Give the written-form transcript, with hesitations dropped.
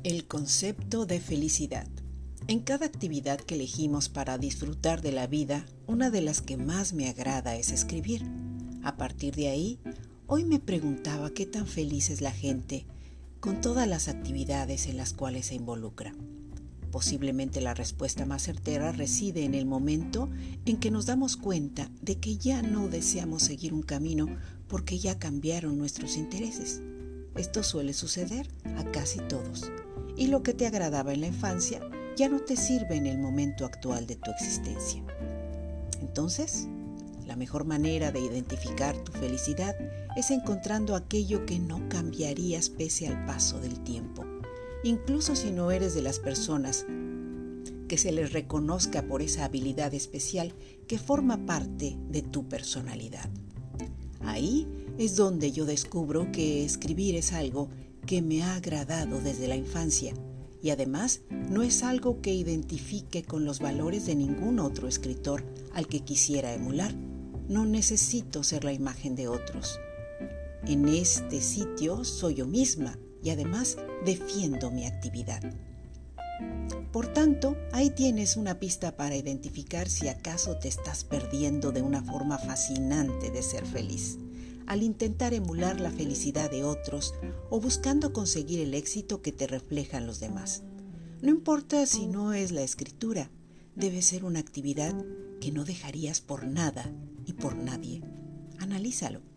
El concepto de felicidad. En cada actividad que elegimos para disfrutar de la vida, una de las que más me agrada es escribir. A partir de ahí, hoy me preguntaba qué tan feliz es la gente con todas las actividades en las cuales se involucra. Posiblemente la respuesta más certera reside en el momento en que nos damos cuenta de que ya no deseamos seguir un camino porque ya cambiaron nuestros intereses. Esto suele suceder a casi todos. Y lo que te agradaba en la infancia ya no te sirve en el momento actual de tu existencia. Entonces, la mejor manera de identificar tu felicidad es encontrando aquello que no cambiarías pese al paso del tiempo. Incluso si no eres de las personas que se les reconozca por esa habilidad especial que forma parte de tu personalidad. Ahí es donde yo descubro que escribir es algo que me ha agradado desde la infancia y además no es algo que identifique con los valores de ningún otro escritor al que quisiera emular. No necesito ser la imagen de otros. En este sitio soy yo misma y además defiendo mi actividad. Por tanto, ahí tienes una pista para identificar si acaso te estás perdiendo de una forma fascinante de ser feliz, al intentar emular la felicidad de otros o buscando conseguir el éxito que te reflejan los demás. No importa si no es la escritura, debe ser una actividad que no dejarías por nada y por nadie. Analízalo.